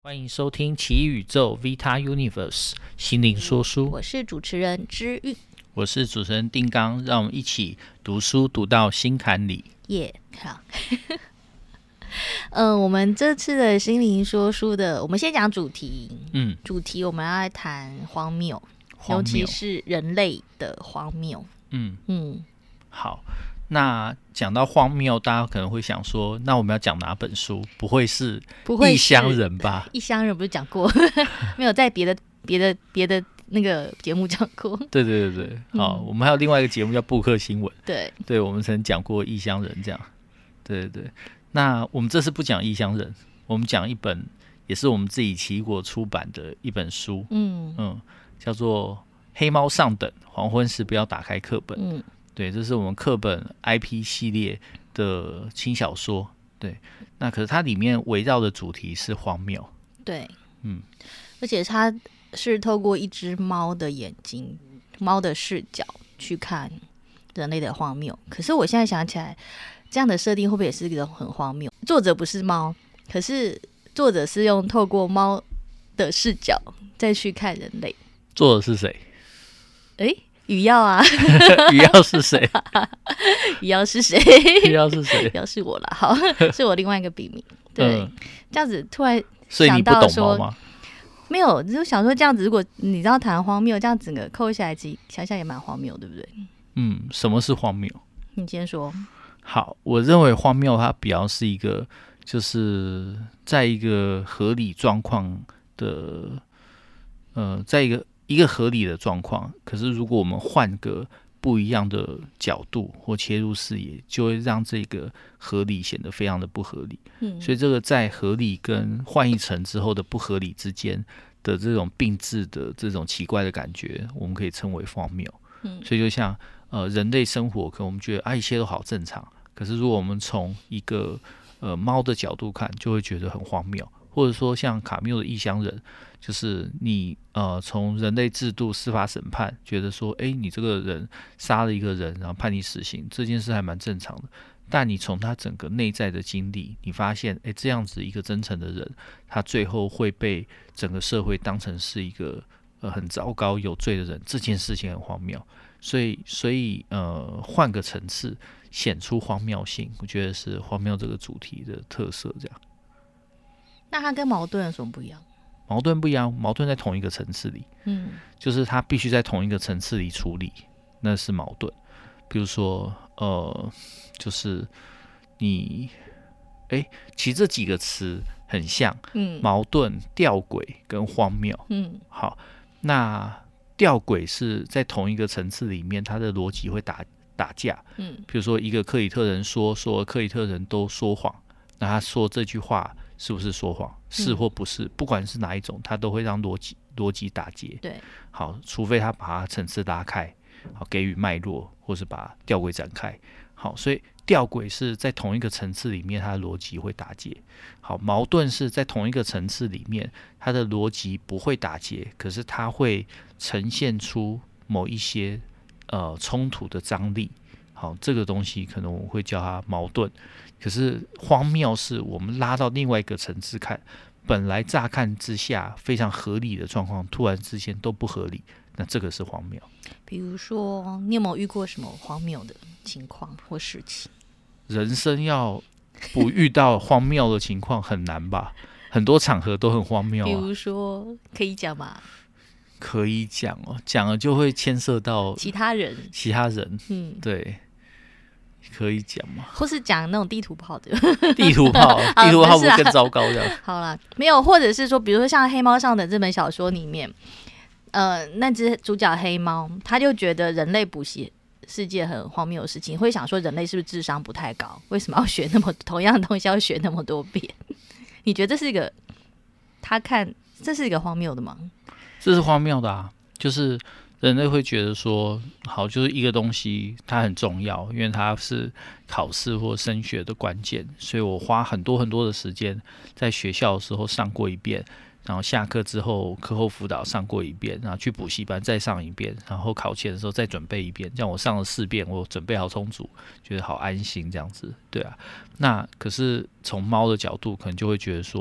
欢迎收听奇宇宙 Vita Universe 心灵说书， 我是主持人知玉， 我是主持人丁刚，让我们一起读书读到心坎里。 好。我们这次的心灵说书的，我们先讲主题。主题我们要来谈荒谬，尤其是人类的荒谬。好。 那讲到荒谬，大家可能会想说，那我们要讲哪本书？不会是异乡人吧？ 异乡人不是讲过，没有在别的那个节目讲过。 对，好，我们还有另外一个节目叫布克新闻。 对， 我们曾讲过异乡人这样。对，那我们这次不讲异乡人，我们讲一本也是我们自己奇异果出版的一本书。叫做《黑猫上等，黄昏时不要打开课本》。对，这是我们课本 IP 系列的轻小说。对，那可是它里面围绕的主题是荒谬。 对，而且它是透过一只猫的眼睛、猫的视角去看人类的荒谬。可是我现在想起来，这样的设定会不会也是一个很荒谬？作者不是猫，可是作者是用透过猫的视角再去看人类。 作者是谁？ 雨耀啊。 雨耀是谁？ 雨耀是谁？ 雨耀是谁？ 雨耀是我啦，好，是我另外一个笔名。对，这样子突然想到说， 所以你不懂猫吗？ 没有，就想说这样子，如果你知道谈荒谬，这样整个扣下来，想想也蛮荒谬，对不对？ 什么是荒谬？ 你先说。 好，我认为荒谬它比较是一个，就是在一个合理状况的，在一个合理的状况，可是如果我们换个不一样的角度或切入视野，就会让这个合理显得非常的不合理。所以这个在合理跟换一层之后的不合理之间的这种并置的这种奇怪的感觉，我们可以称为荒谬。所以就像人类生活，可能我们觉得一切都好正常，可是如果我们从一个猫的角度看，就会觉得很荒谬。或者说像卡缪的异乡人，就是你从人类制度司法审判觉得说，你这个人杀了一个人然后判你死刑，这件事还蛮正常的。但你从他整个内在的经历，你发现这样子一个真诚的人，他最后会被整个社会当成是一个很糟糕有罪的人，这件事情很荒谬。所以换个层次显出荒谬性，我觉得是荒谬这个主题的特色这样。 那它跟矛盾有什么不一样？ 矛盾不一样，矛盾在同一个层次里。就是它必须在同一个层次里处理，那是矛盾。比如说就是你其实这几个词很像，矛盾、吊诡跟荒谬。好，那吊诡是在同一个层次里面，它的逻辑会打架。比如说一个克里特人说克里特人都说谎，那他说这句话是不是说谎？是或不是？不管是哪一种，他都会让逻辑打结。 对， 好，除非他把它层次拉开，好，给予脉络，或是把吊诡展开。好，所以吊诡是在同一个层次里面，它的逻辑会打结。好，矛盾是在同一个层次里面，它的逻辑不会打结，可是它会呈现出某一些冲突的张力。好，这个东西可能我们会叫它矛盾。可是荒谬是我们拉到另外一个层次看，本来乍看之下非常合理的状况，突然之间都不合理，那这个是荒谬。 比如说，你有没有遇过什么荒谬的情况或事情？ 人生要不遇到荒谬的情况很难吧？很多场合都很荒谬。 比如说，可以讲吗？ 可以讲讲了就会牵涉到其他人。 对。可以讲吗？ 或是讲那种地图炮的。 地图炮不是更糟糕的。 好啦，没有，或者是说，比如说像《黑猫上等》这本小说里面，那只主角黑猫，他就觉得人类补习世界很荒谬的事情，会想说人类是不是智商不太高？为什么要学同样的东西要学那么多遍？你觉得这是一个这是一个荒谬的吗？ 这是荒谬的啊，就是人类会觉得说，好，就是一个东西它很重要，因为它是考试或升学的关键，所以我花很多很多的时间在学校的时候上过一遍，然后下课之后课后辅导上过一遍，然后去补习班再上一遍，然后考前的时候再准备一遍，这样我上了4遍，我准备好充足，觉得好安心这样子。对啊，那可是从猫的角度可能就会觉得说，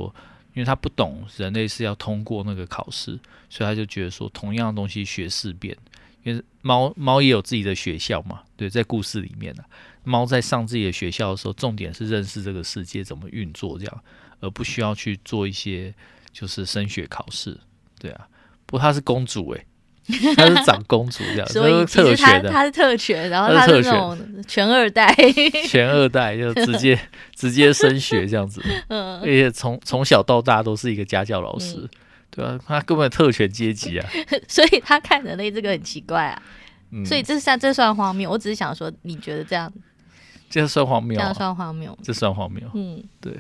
因为他不懂人类是要通过那个考试，所以他就觉得说同样的东西学4遍。因为猫也有自己的学校嘛，对，在故事里面猫在上自己的学校的时候，重点是认识这个世界怎么运作这样，而不需要去做一些就是升学考试，对啊。不过她是公主她是长公主这样， 所以其实她是特权，然后她是那种权二代， 权二代就直接升学这样子，而且从小到大都是一个家教老师。对啊，他根本特权阶级啊， 所以他看人类这个很奇怪啊。所以这算荒谬。我只是想说，你觉得这样算荒谬？ 这样算荒谬？ 这算荒谬。对。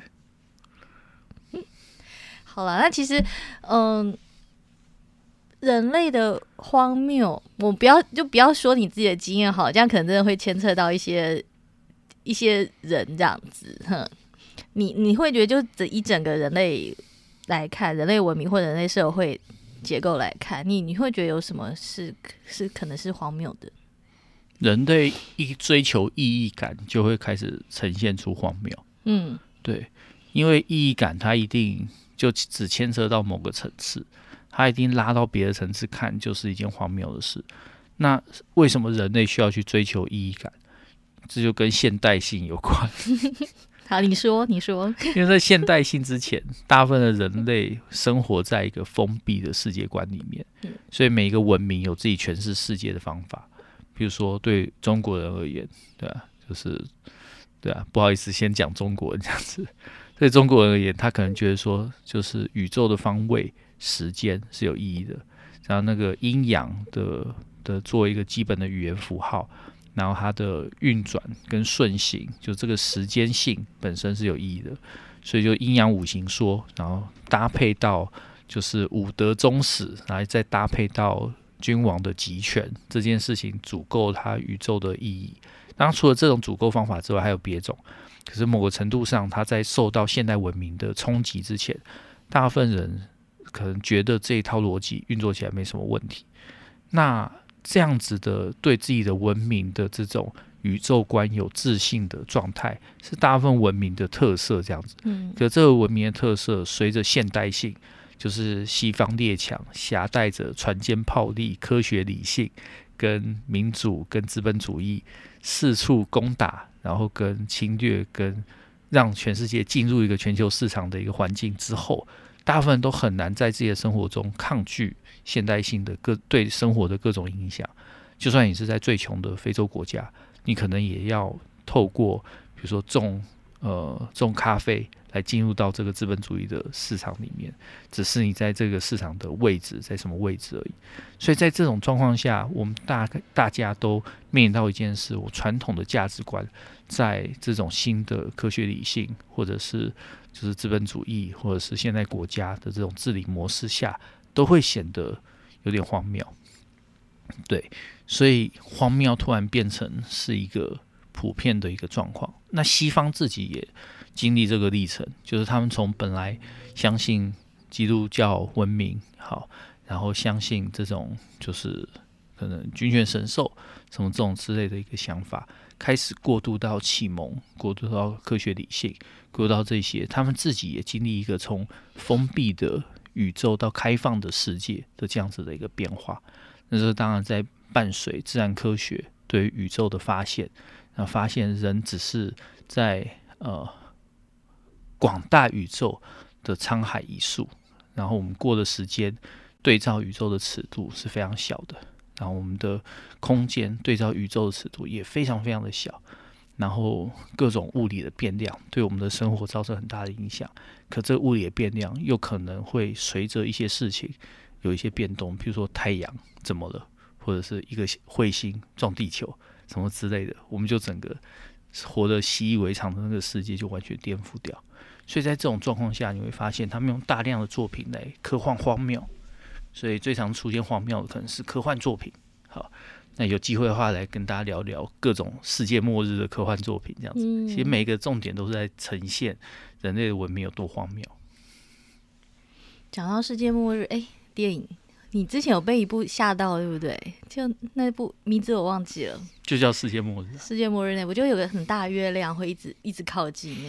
好了，那其实，人类的荒谬，我不要说你自己的经验好，这样可能真的会牵扯到一些人这样子。你会觉得就以整个人类来看，人类文明或人类社会结构来看，你会觉得有什么是可能是荒谬的？ 人类一追求意义感，就会开始呈现出荒谬。对，因为意义感它一定就只牵涉到某个层次，它一定拉到别的层次看，就是一件荒谬的事。那为什么人类需要去追求意义感？这就跟现代性有关。 好，你说， 因为在现代性之前，大部分的人类生活在一个封闭的世界观里面，所以每一个文明有自己诠释世界的方法。比如说，对中国人而言，对啊，就是对啊，不好意思，先讲中国人这样子。对中国人而言，他可能觉得说，就是宇宙的方位、时间是有意义的，然后那个阴阳的作为一个基本的语言符号。然后它的运转跟顺行，就这个时间性本身是有意义的，所以就阴阳五行说，然后搭配到就是五德宗史，然后再搭配到君王的集权这件事情，足够它宇宙的意义。当然，除了这种足够方法之外，还有别种。可是某个程度上，它在受到现代文明的冲击之前，大部分人可能觉得这一套逻辑运作起来没什么问题。那这样子的对自己的文明的这种宇宙观有自信的状态，是大部分文明的特色。这样子，可这个文明的特色随着现代性，就是西方列强携带着船坚炮利、科学理性、跟民主、跟资本主义四处攻打，然后跟侵略、跟让全世界进入一个全球市场的一个环境之后，大部分人都很难在自己的生活中抗拒现代性的对生活的各种影响。就算你是在最穷的非洲国家，你可能也要透过比如说种咖啡来进入到这个资本主义的市场里面，只是你在这个市场的位置在什么位置而已。所以在这种状况下，我们大家都面临到一件事：我传统的价值观在这种新的科学理性，或者是就是资本主义，或者是现代国家的这种治理模式下，都会显得有点荒谬。对，所以荒谬突然变成是一个普遍的一个状况。那西方自己也经历这个历程，就是他们从本来相信基督教文明好，然后相信这种就是可能君权神授什么这种之类的一个想法，开始过渡到启蒙，过渡到科学理性，过渡到这些，他们自己也经历一个从封闭的宇宙到开放的世界的这样子的一个变化。那这当然在伴随自然科学对于宇宙的发现，然后发现人只是在广大宇宙的沧海一粟，然后我们过的时间对照宇宙的尺度是非常小的，然后我们的空间对照宇宙的尺度也非常非常的小，然后各种物理的变量对我们的生活造成很大的影响。可这个物理的变量又可能会随着一些事情有一些变动，比如说太阳怎么了，或者是一个彗星撞地球什么之类的，我们就整个活得习以为常的那个世界就完全颠覆掉。所以在这种状况下，你会发现他们用大量的作品来科幻荒谬，所以最常出现荒谬的可能是科幻作品。好，那有机会的话来跟大家聊聊各种世界末日的科幻作品这样子。其实每一个重点都是在呈现人类的文明有多荒谬。 讲到世界末日，电影你之前有被一部吓到对不对？就那部名字我忘记了， 就叫世界末日。 世界末日那部就有个很大的月亮会一直靠近那个。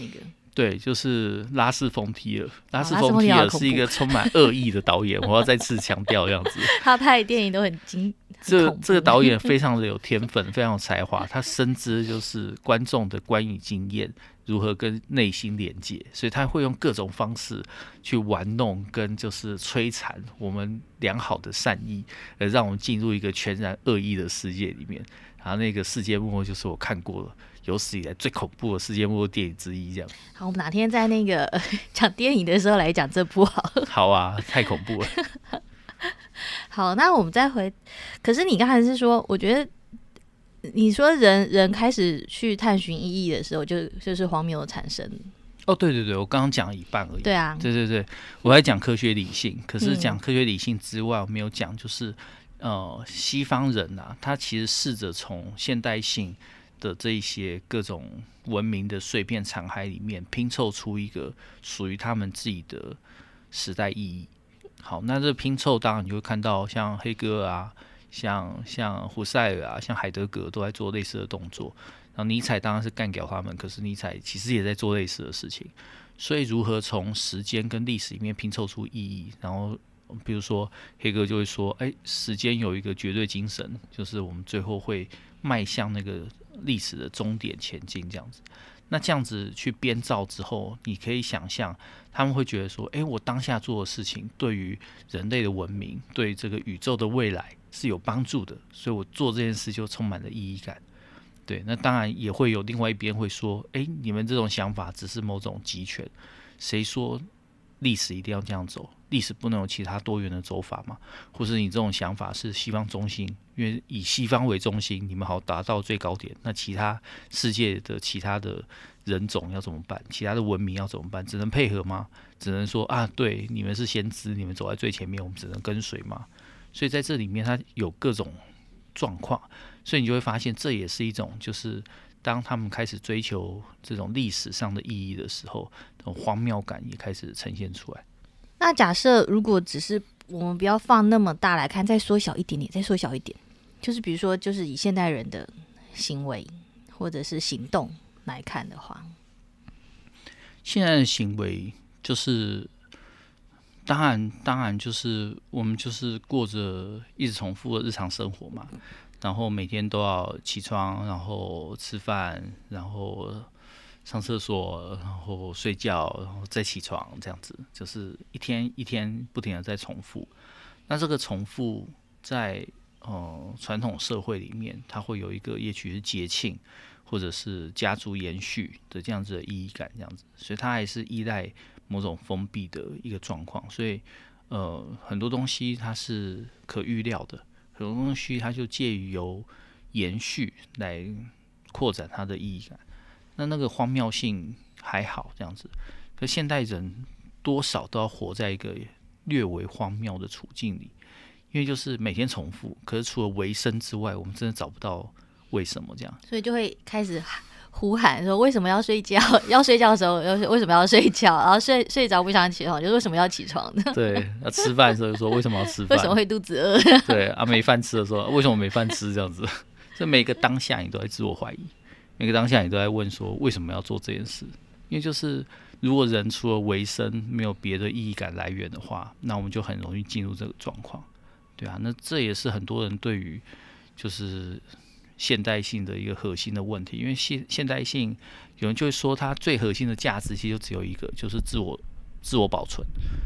对，就是拉斯冯提尔。拉斯冯提尔是一个充满恶意的导演，我要再次强调这样子。 他拍的电影都很这个导演非常的有天分，非常有才华，他深知就是观众的观影经验如何跟内心连接，所以他会用各种方式去玩弄跟就是摧残我们良好的善意，而让我们进入一个全然恶意的世界里面。然后那个世界末日就是我看过了有史以来最恐怖的世界末日电影之一，这样。 好，我们哪天在那个讲电影的时候来讲这部好了。 好啊，太恐怖了。 好，那我们再回。可是你刚才是说，我觉得你说人开始去探寻意义的时候，就是荒谬的产生。 哦，对对对，我刚刚讲了一半而已。 对啊， 对对对，我在讲科学理性，可是讲科学理性之外，我没有讲就是西方人啊，他其实试着从现代性的这一些各种文明的碎片残骸里面拼凑出一个属于他们自己的时代意义。好，那这拼凑当然你会看到像黑格尔啊，像胡塞尔啊，像海德格尔都在做类似的动作。然后尼采当然是干掉他们，可是尼采其实也在做类似的事情。所以如何从时间跟历史里面拼凑出意义，然后比如说黑格就会说，时间有一个绝对精神，就是我们最后会迈向那个历史的终点前进这样子。那这样子去编造之后，你可以想象他们会觉得说，我当下做的事情对于人类的文明，对这个宇宙的未来是有帮助的，所以我做这件事就充满了意义感。对，那当然也会有另外一边会说，你们这种想法只是某种集权，谁说历史一定要这样走？历史不能有其他多元的走法吗？或是你这种想法是西方中心，因为以西方为中心，你们好达到最高点，那其他世界的其他的人种要怎么办？其他的文明要怎么办？只能配合吗？只能说啊，对，你们是先知，你们走在最前面，我们只能跟随吗？所以在这里面，它有各种状况，所以你就会发现，这也是一种就是当他们开始追求这种历史上的意义的时候，这种荒谬感也开始呈现出来。 那假设如果只是我们不要放那么大来看，再缩小一点点，再缩小一点，就是比如说，就是以现代人的行为或者是行动来看的话， 现在的行为就是当然就是我们就是过着一直重复的日常生活嘛，然后每天都要起床，然后吃饭，然后上厕所，然后睡觉，然后再起床，这样子就是一天一天不停的在重复。那这个重复在传统社会里面，它会有一个也许是节庆或者是家族延续的这样子的意义感，这样子，所以它还是依赖某种封闭的一个状况。所以很多东西它是可预料的，很多东西它就介于由延续来扩展它的意义感。那个荒谬性还好这样子，可现代人多少都要活在一个略微荒谬的处境里，因为就是每天重复，可是除了维生之外，我们真的找不到为什么这样， 所以就会开始呼喊说为什么要睡觉？要睡觉的时候为什么要睡觉？然后睡着不想起床，就是为什么要起床呢？ 对，要吃饭的时候就说为什么要吃饭？ 为什么会肚子饿？ 对啊，没饭吃的时候为什么没饭吃？这样子，所以每个当下你都在自我怀疑。每个当下你都在问说为什么要做这件事？因为就是如果人除了维生没有别的意义感来源的话，那我们就很容易进入这个状况，对啊。那这也是很多人对于就是现代性的一个核心的问题，因为现代性有人就会说它最核心的价值其实就只有一个，就是自我保存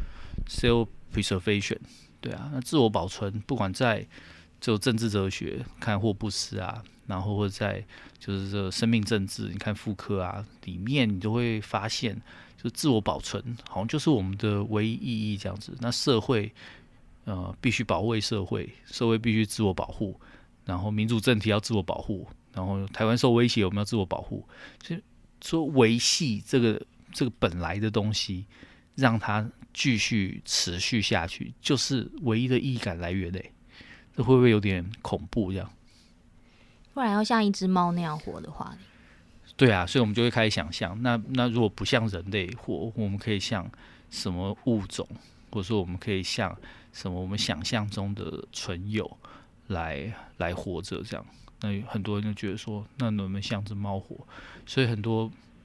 （self preservation）。对啊，那自我保存不管在就政治哲学看霍布斯啊，然后或者在就是这个生命政治，你看福柯啊，里面你都会发现，就自我保存好像就是我们的唯一意义这样子。那社会必须保卫社会必须自我保护，然后民主政体要自我保护，然后台湾受威胁我们要自我保护，所以说维系这个本来的东西，让它继续持续下去，就是唯一的意义感来源嘞。这会不会有点恐怖这样？ 不然要像一只猫那样活的话， 对啊，所以我们就会开始想象，那如果不像人类活，我们可以像什么物种，或者说我们可以像什么我们想象中的纯友来活着这样。那很多人就觉得说，那能不能像只猫活？所以很多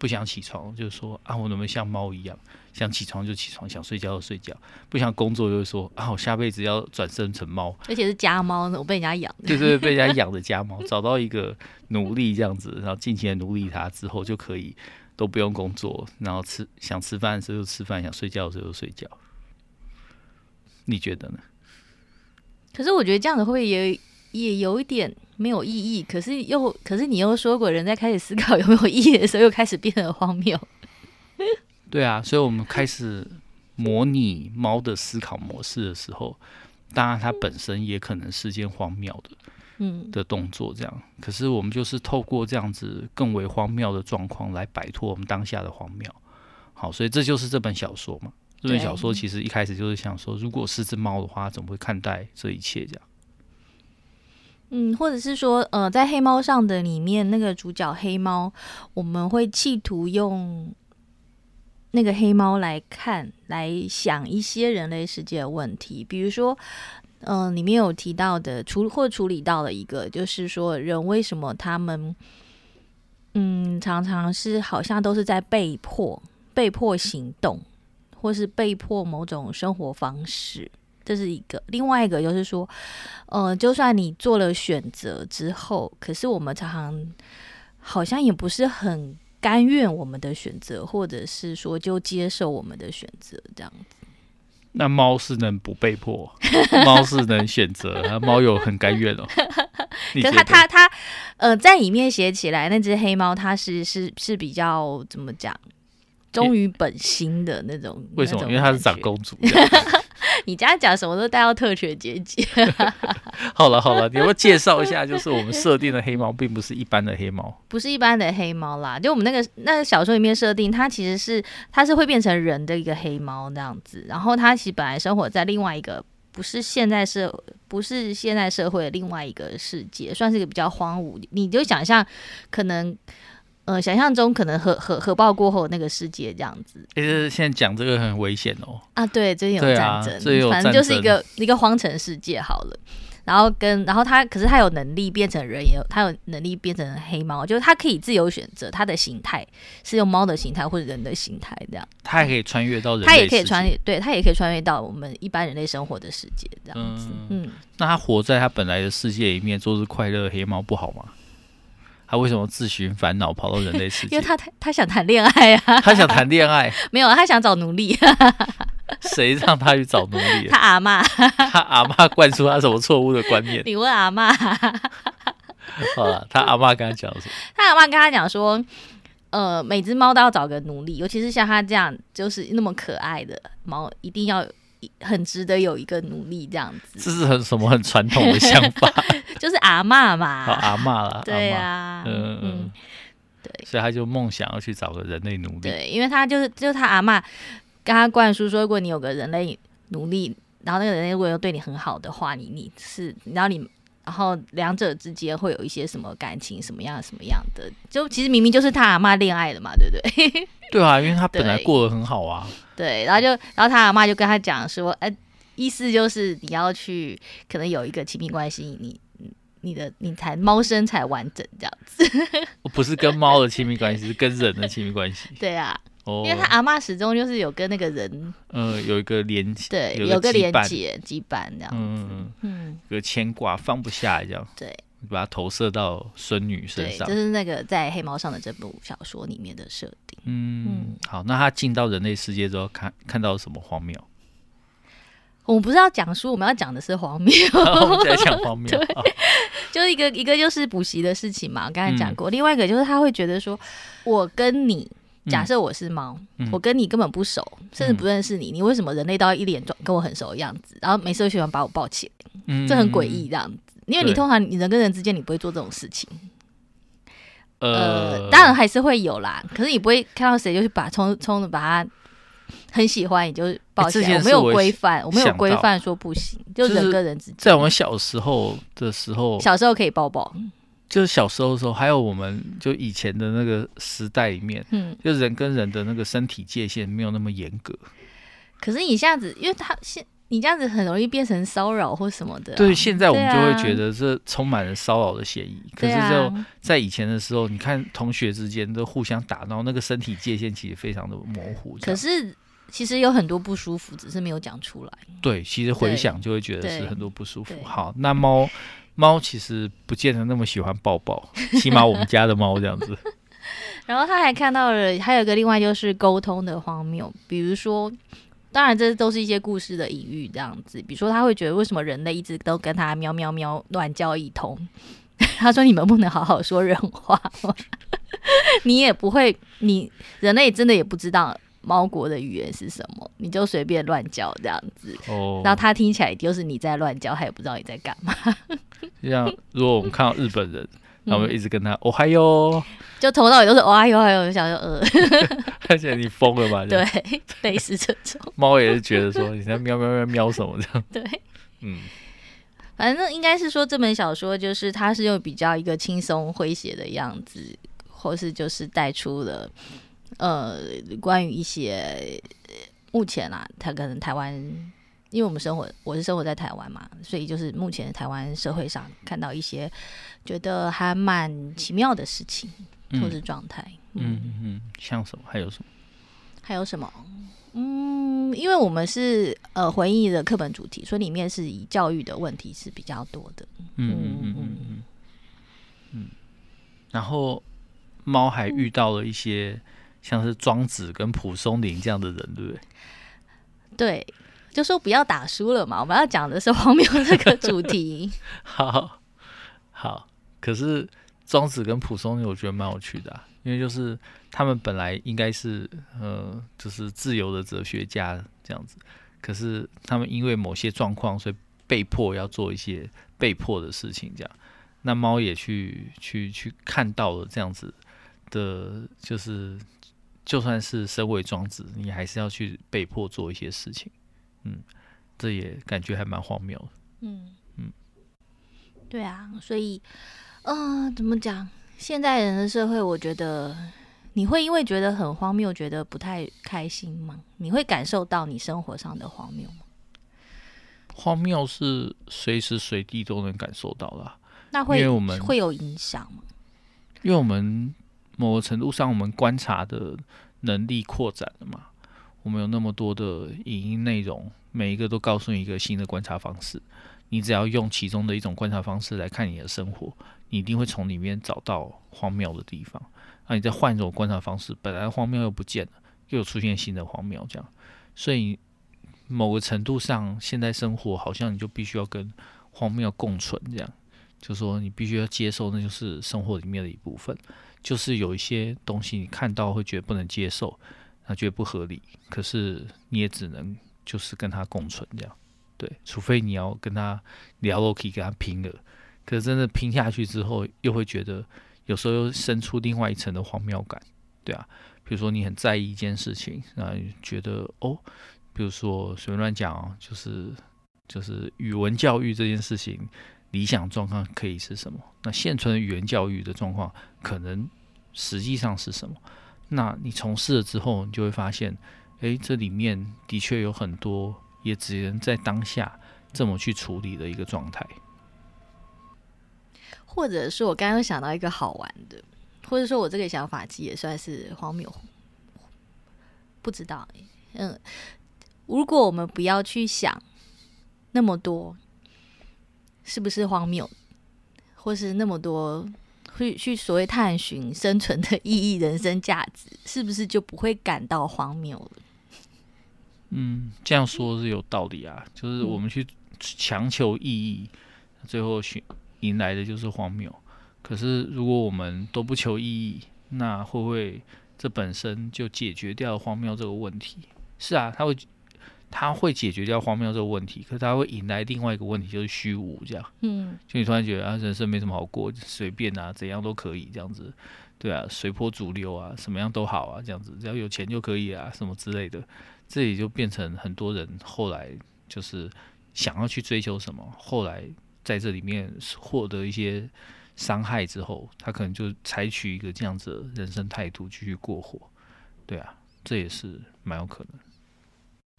不想起床，就是说啊，我能不能像猫一样，想起床就起床，想睡觉就睡觉，不想工作就会说啊，我下辈子要转生成猫， 而且是家猫，我被人家养的， 对对，被人家养的家猫，找到一个奴隶这样子，然后尽情的奴隶它之后，就可以都不用工作，然后想吃饭的时候就吃饭，想睡觉的时候就睡觉。你觉得呢？ 可是我觉得这样子会不会也有一点没有意义？可是你又说过，人在开始思考有没有意义的时候，又开始变得荒谬。 对啊，所以我们开始模拟猫的思考模式的时候，当然它本身也可能是件荒谬的动作，这样。可是我们就是透过这样子更为荒谬的状况来摆脱我们当下的荒谬。好，所以这就是这本小说嘛。这本小说其实一开始就是想说，如果是只猫的话，怎么会看待这一切这样？ 或者是说，在黑猫上的里面，那个主角黑猫，我们会企图用那个黑猫来想一些人类世界的问题，比如说，里面有提到的，处理到了一个，就是说，人为什么他们，常常是好像都是在被迫行动，或是被迫某种生活方式。这是一个，另外一个就是说，就算你做了选择之后，可是我们常常好像也不是很甘愿我们的选择，或者是说就接受我们的选择这样子。 那猫是能不被迫，猫是能选择，猫有很甘愿哦。 可是它在里面写起来，那只黑猫它是比较怎么讲，忠于本心的那种。 为什么？因为它是长公主。 你家讲什么都带到特权阶级。 好了，你要不要介绍一下？就是我们设定的黑猫，并不是一般的黑猫， 不是一般的黑猫啦。就我们那个小说里面设定，它其实它是会变成人的一个黑猫那样子。然后它其实本来生活在另外一个不是现代社会的另外一个世界，算是一个比较荒芜。你就想象可能。想象中可能核爆过后那个世界这样子。 现在讲这个很危险哦。 啊，对，最近有战争，反正就是一个荒城世界好了。然后可是他有能力变成人，他有能力变成黑猫，就是他可以自由选择他的形态，是用猫的形态或者人的形态这样。 他还可以穿越到人类世界， 他也可以穿越到我们一般人类生活的世界这样子。 那他活在他本来的世界里面，做是快乐的黑猫不好吗？他为什么自寻烦恼跑到人类世界？ 因为他想谈恋爱啊。 他想谈恋爱？ 没有，他想找奴隶。 谁让他去找奴隶？ 他阿嬷。 他阿嬷灌输他什么错误的观念？ 你问阿嬷。 好了，他阿嬷跟他讲什么？ 他阿嬷跟他讲说，每只猫都要找个奴隶，尤其是像他这样就是那么可爱的猫，一定要很值得有一个奴隶这样子。 这是什么很传统的想法？ 就是阿嬷嘛。 好，阿嬷啦。 对啊。 对，所以他就梦想要去找个人类奴隶。 对，因为他就是他阿嬷跟他灌输说，如果你有个人类奴隶，然后那个人类如果又对你很好的话，然后两者之间会有一些什么感情，什么样的，就其实明明就是他阿嬷恋爱的嘛，对不对？对啊，因為他本来过得很好啊。 对，然后他阿嬷就跟他讲说，意思就是你要去可能有一个亲密关系，你才猫生才完整这样子。 不是跟猫的亲密关系，是跟人的亲密关系。 对啊。因为他阿嬷始终就是有跟那个人， 有一个连接， 对，有个连结羁绊这样子， 有个牵挂放不下来这样， 对， 把它投射到孙女身上， 对，就是那个在黑猫上的这部小说里面的设定。 好，那他进到人类世界之后，看到什么荒谬？ 我们不是要讲书，我们要讲的是荒谬。 我们在讲荒谬。 对，就是一个就是补习的事情嘛，我刚才讲过。另外一个就是他会觉得说，我跟你。假设我是猫，我跟你根本不熟，甚至不认识你，你为什么人类都要一脸跟我很熟的样子，然后每次都喜欢把我抱起来，这很诡异这样子。因为你通常你人跟人之间你不会做这种事情。当然还是会有啦，可是你不会看到谁就去冲着把他很喜欢你就抱起来。我没有规范说不行，就人跟人之间。 在我们小时候可以抱抱。 就是小时候的时候，还有我们就以前的那个时代里面，就人跟人的那个身体界限没有那么严格。 可是你这样子，因为你这样子很容易变成骚扰或什么的、啊。 对，现在我们就会觉得这充满了骚扰的嫌疑。可是就在以前的时候，你看同学之间都互相打闹，那个身体界限其实非常的模糊。 可是其实有很多不舒服，只是没有讲出来。 对，其实回想就会觉得是很多不舒服。好，那猫其实不见得那么喜欢抱抱，起码我们家的猫这样子。 然后他还看到了，还有个另外就是沟通的荒谬，比如说。当然，这都是一些故事的隐喻，这样子。比如说，他会觉得为什么人类一直都跟他喵喵喵乱叫一通？他说：“你们不能好好说人话吗？你也不会，你人类真的也不知道猫国的语言是什么，你就随便乱叫这样子。然后他听起来就是你在乱叫，他也不知道你在干嘛。 就像如果我们看到日本人。”然后我们一直跟他哦嗨哟， 就从头到尾都是哦嗨哟嗨哟，想说而且你疯了吧？ 对，类似这种。 猫也是觉得说你在喵喵喵喵什么这样。 对，反正应该是说这本小说就是它是用比较一个轻松诙谐的样子，或是就是带出了关于一些目前啦，它可能台湾。因为我是生活在台湾嘛，所以就是目前台湾社会上看到一些觉得还蛮奇妙的事情或是状态。 像什么？还有什么？ 还有什么？因为我们是回忆的课本主题，所以里面是以教育的问题是比较多的。 然后猫还遇到了一些像是庄子跟蒲松龄这样的人，对不对？ 对。就说不要打输了嘛，我们要讲的是荒谬这个主题。 好，可是庄子跟蒲松龄我觉得蛮有趣的因为就是他们本来应该是就是自由的哲学家这样子，可是他们因为某些状况，所以被迫要做一些被迫的事情，这样。那猫也去看到了这样子的，就是就算是身为庄子，你还是要去被迫做一些事情。这也感觉还蛮荒谬的。 对啊，所以怎么讲？现代人的社会，我觉得你会因为觉得很荒谬，觉得不太开心吗？你会感受到你生活上的荒谬吗？ 荒谬是随时随地都能感受到啦。 那会有影响吗？ 因为我们某个程度上，我们观察的能力扩展了嘛。我们有那么多的影音内容，每一个都告诉你一个新的观察方式。你只要用其中的一种观察方式来看你的生活，你一定会从里面找到荒谬的地方。那你再换一种观察方式，本来荒谬又不见了，又有出现新的荒谬，这样。所以某个程度上，现在生活好像你就必须要跟荒谬共存，这样。就说你必须要接受，那就是生活里面的一部分。就是有一些东西你看到会觉得不能接受。他觉得不合理，可是你也只能就是跟他共存这样，对，除非你要跟他聊了，可以跟他拼了，可是真的拼下去之后，又会觉得有时候又生出另外一层的荒谬感，对啊，比如说你很在意一件事情，然后觉得比如说随便乱讲就是语文教育这件事情，理想状况可以是什么？那现存的语言教育的状况，可能实际上是什么？那你从事了之后，你就会发现，这里面的确有很多也只能在当下这么去处理的一个状态。 或者是我刚刚想到一个好玩的，或者说我这个想法其实也算是荒谬，不知道如果我们不要去想那么多，是不是荒谬，或是那么多。去所谓探寻生存的意义、人生价值，是不是就不会感到荒谬了？ 这样说是有道理啊。就是我们去强求意义，最后迎来的就是荒谬。可是如果我们都不求意义，那会不会这本身就解决掉荒谬这个问题？是啊，它会解决掉荒谬这个问题，可是它会引来另外一个问题，就是虚无这样。就你突然觉得人生没什么好过，随便啊，怎样都可以这样子，对啊，随波逐流啊，什么样都好啊，这样子，只要有钱就可以啊，什么之类的，这也就变成很多人后来就是想要去追求什么，后来在这里面获得一些伤害之后，他可能就采取一个这样子的人生态度继续过活，对啊，这也是蛮有可能。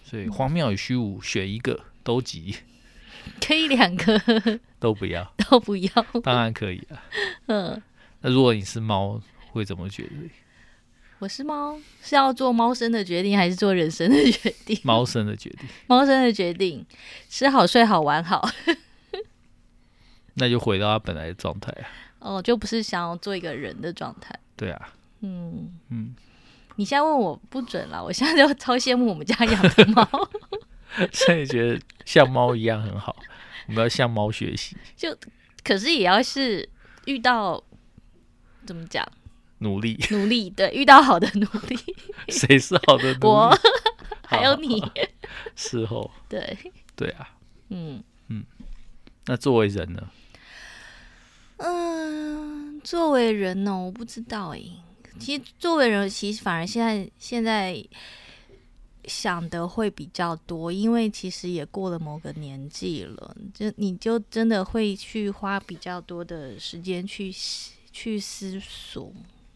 所以荒谬与虚无选一个都急， 可以2个都不要， 都不要。 当然可以啊。那如果你是猫，会怎么决定？ 我是猫，是要做猫生的决定，还是做人生的决定？ 猫生的决定。 猫生的决定，吃好睡好玩好。 那就回到他本来的状态啊。 就不是想要做一个人的状态。 对啊。 你现在问我不准啦，我现在就超羡慕我们家养的猫。 所以觉得像猫一样很好，我们要向猫学习。 可是也要是遇到怎么讲， 努力， 对，遇到好的努力。 谁是好的努力？ 我还有你。 事后。对啊。那作为人呢？ 作为人呢，我不知道其实作为人，其实反而现在想的会比较多，因为其实也过了某个年纪了，你就真的会去花比较多的时间去思索，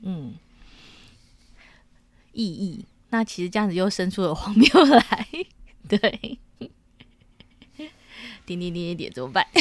意义。那其实这样子又生出了荒谬来，对，点怎么办？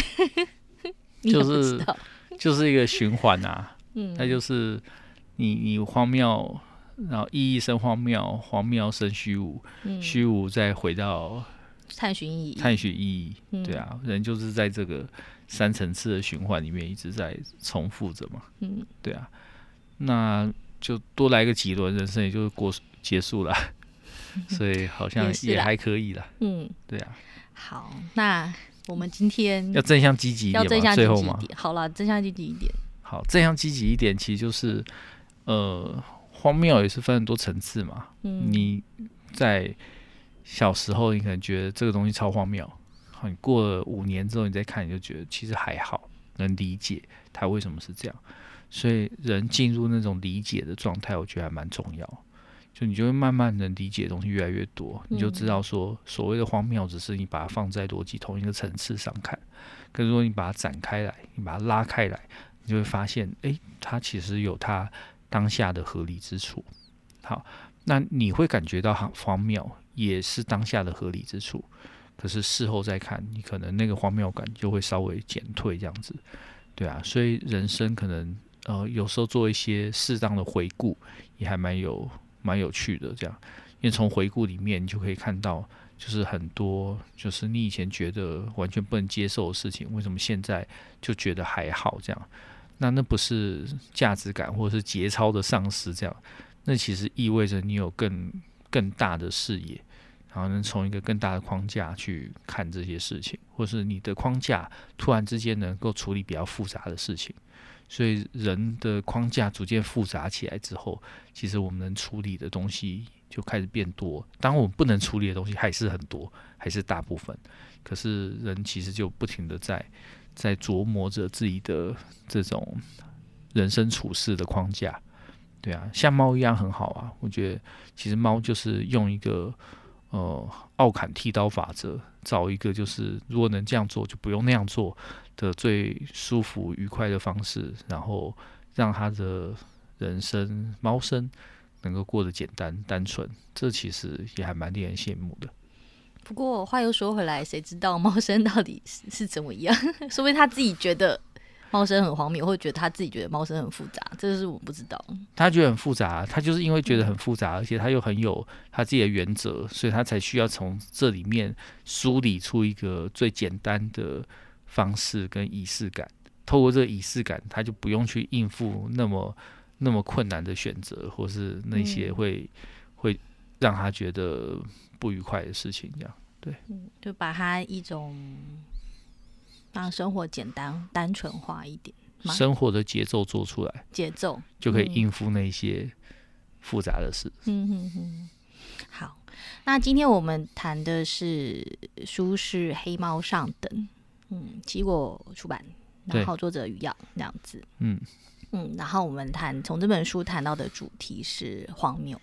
就是一个循环啊，那就是你荒谬，然后意义生荒谬，荒谬生虚无，虚无再回到探寻意义，对啊，人就是在这个3层次的循环里面一直在重复着嘛，对啊，那就多来个几轮，人生也就结束了，所以好像也还可以啦，对啊。 好，那我们今天要正向积极一点嘛，最后嘛， 好啦，正向积极一点。 好，正向积极一点，其实就是荒谬也是分很多层次嘛。你在小时候，你可能觉得这个东西超荒谬，好，你过了5年之后，你再看，你就觉得其实还好，能理解它为什么是这样。所以人进入那种理解的状态，我觉得还蛮重要。就你就会慢慢能理解的东西越来越多，你就知道说所谓的荒谬只是你把它放在逻辑同一个层次上看，可是如果你把它展开来，你把它拉开来，你就会发现它其实有它当下的合理之处。好，那你会感觉到荒谬也是当下的合理之处，可是事后再看，你可能那个荒谬感就会稍微减退这样子，对啊。所以人生可能有时候做一些适当的回顾也还蛮有趣的，这样，因为从回顾里面你就可以看到，就是很多就是你以前觉得完全不能接受的事情，为什么现在就觉得还好这样？那不是价值感或者是节操的丧失，这样，那其实意味着你有更大的视野，然后能从一个更大的框架去看这些事情，或是你的框架突然之间能够处理比较复杂的事情。所以人的框架逐渐复杂起来之后，其实我们能处理的东西就开始变多。当然我们不能处理的东西还是很多，还是大部分。可是人其实就不停的在琢磨着自己的这种人生处事的框架。对啊，像猫一样很好啊。我觉得其实猫就是用一个奥坎剃刀法则，找一个就是如果能这样做就不用那样做的最舒服愉快的方式，然后让他的人生猫生能够过得简单单纯，这其实也还蛮令人羡慕的。 不过话又说回来，谁知道猫生到底是怎么样？说不定他自己觉得猫生很荒谬，或者觉得他自己觉得猫生很复杂，这是我不知道。 他觉得很复杂，他就是因为觉得很复杂，而且他又很有他自己的原则，所以他才需要从这里面梳理出一个最简单的方式跟仪式感。透过这个仪式感，他就不用去应付那么困难的选择，或是那些会让他觉得不愉快的事情，这样对。 就把他一种让生活简单单纯化一点， 生活的节奏做出来， 节奏就可以应付那些复杂的事。 好，那今天我们谈的书是《黑猫上等》，奇果出版，然后作者余耀这样子。然后我们从这本书谈到的主题是荒谬。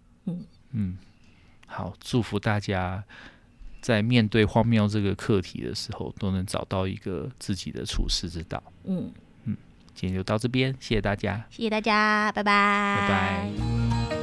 好，祝福大家在面对荒谬这个课题的时候，都能找到一个自己的处事之道。今天就到这边，谢谢大家， 谢谢大家，拜拜， 拜拜。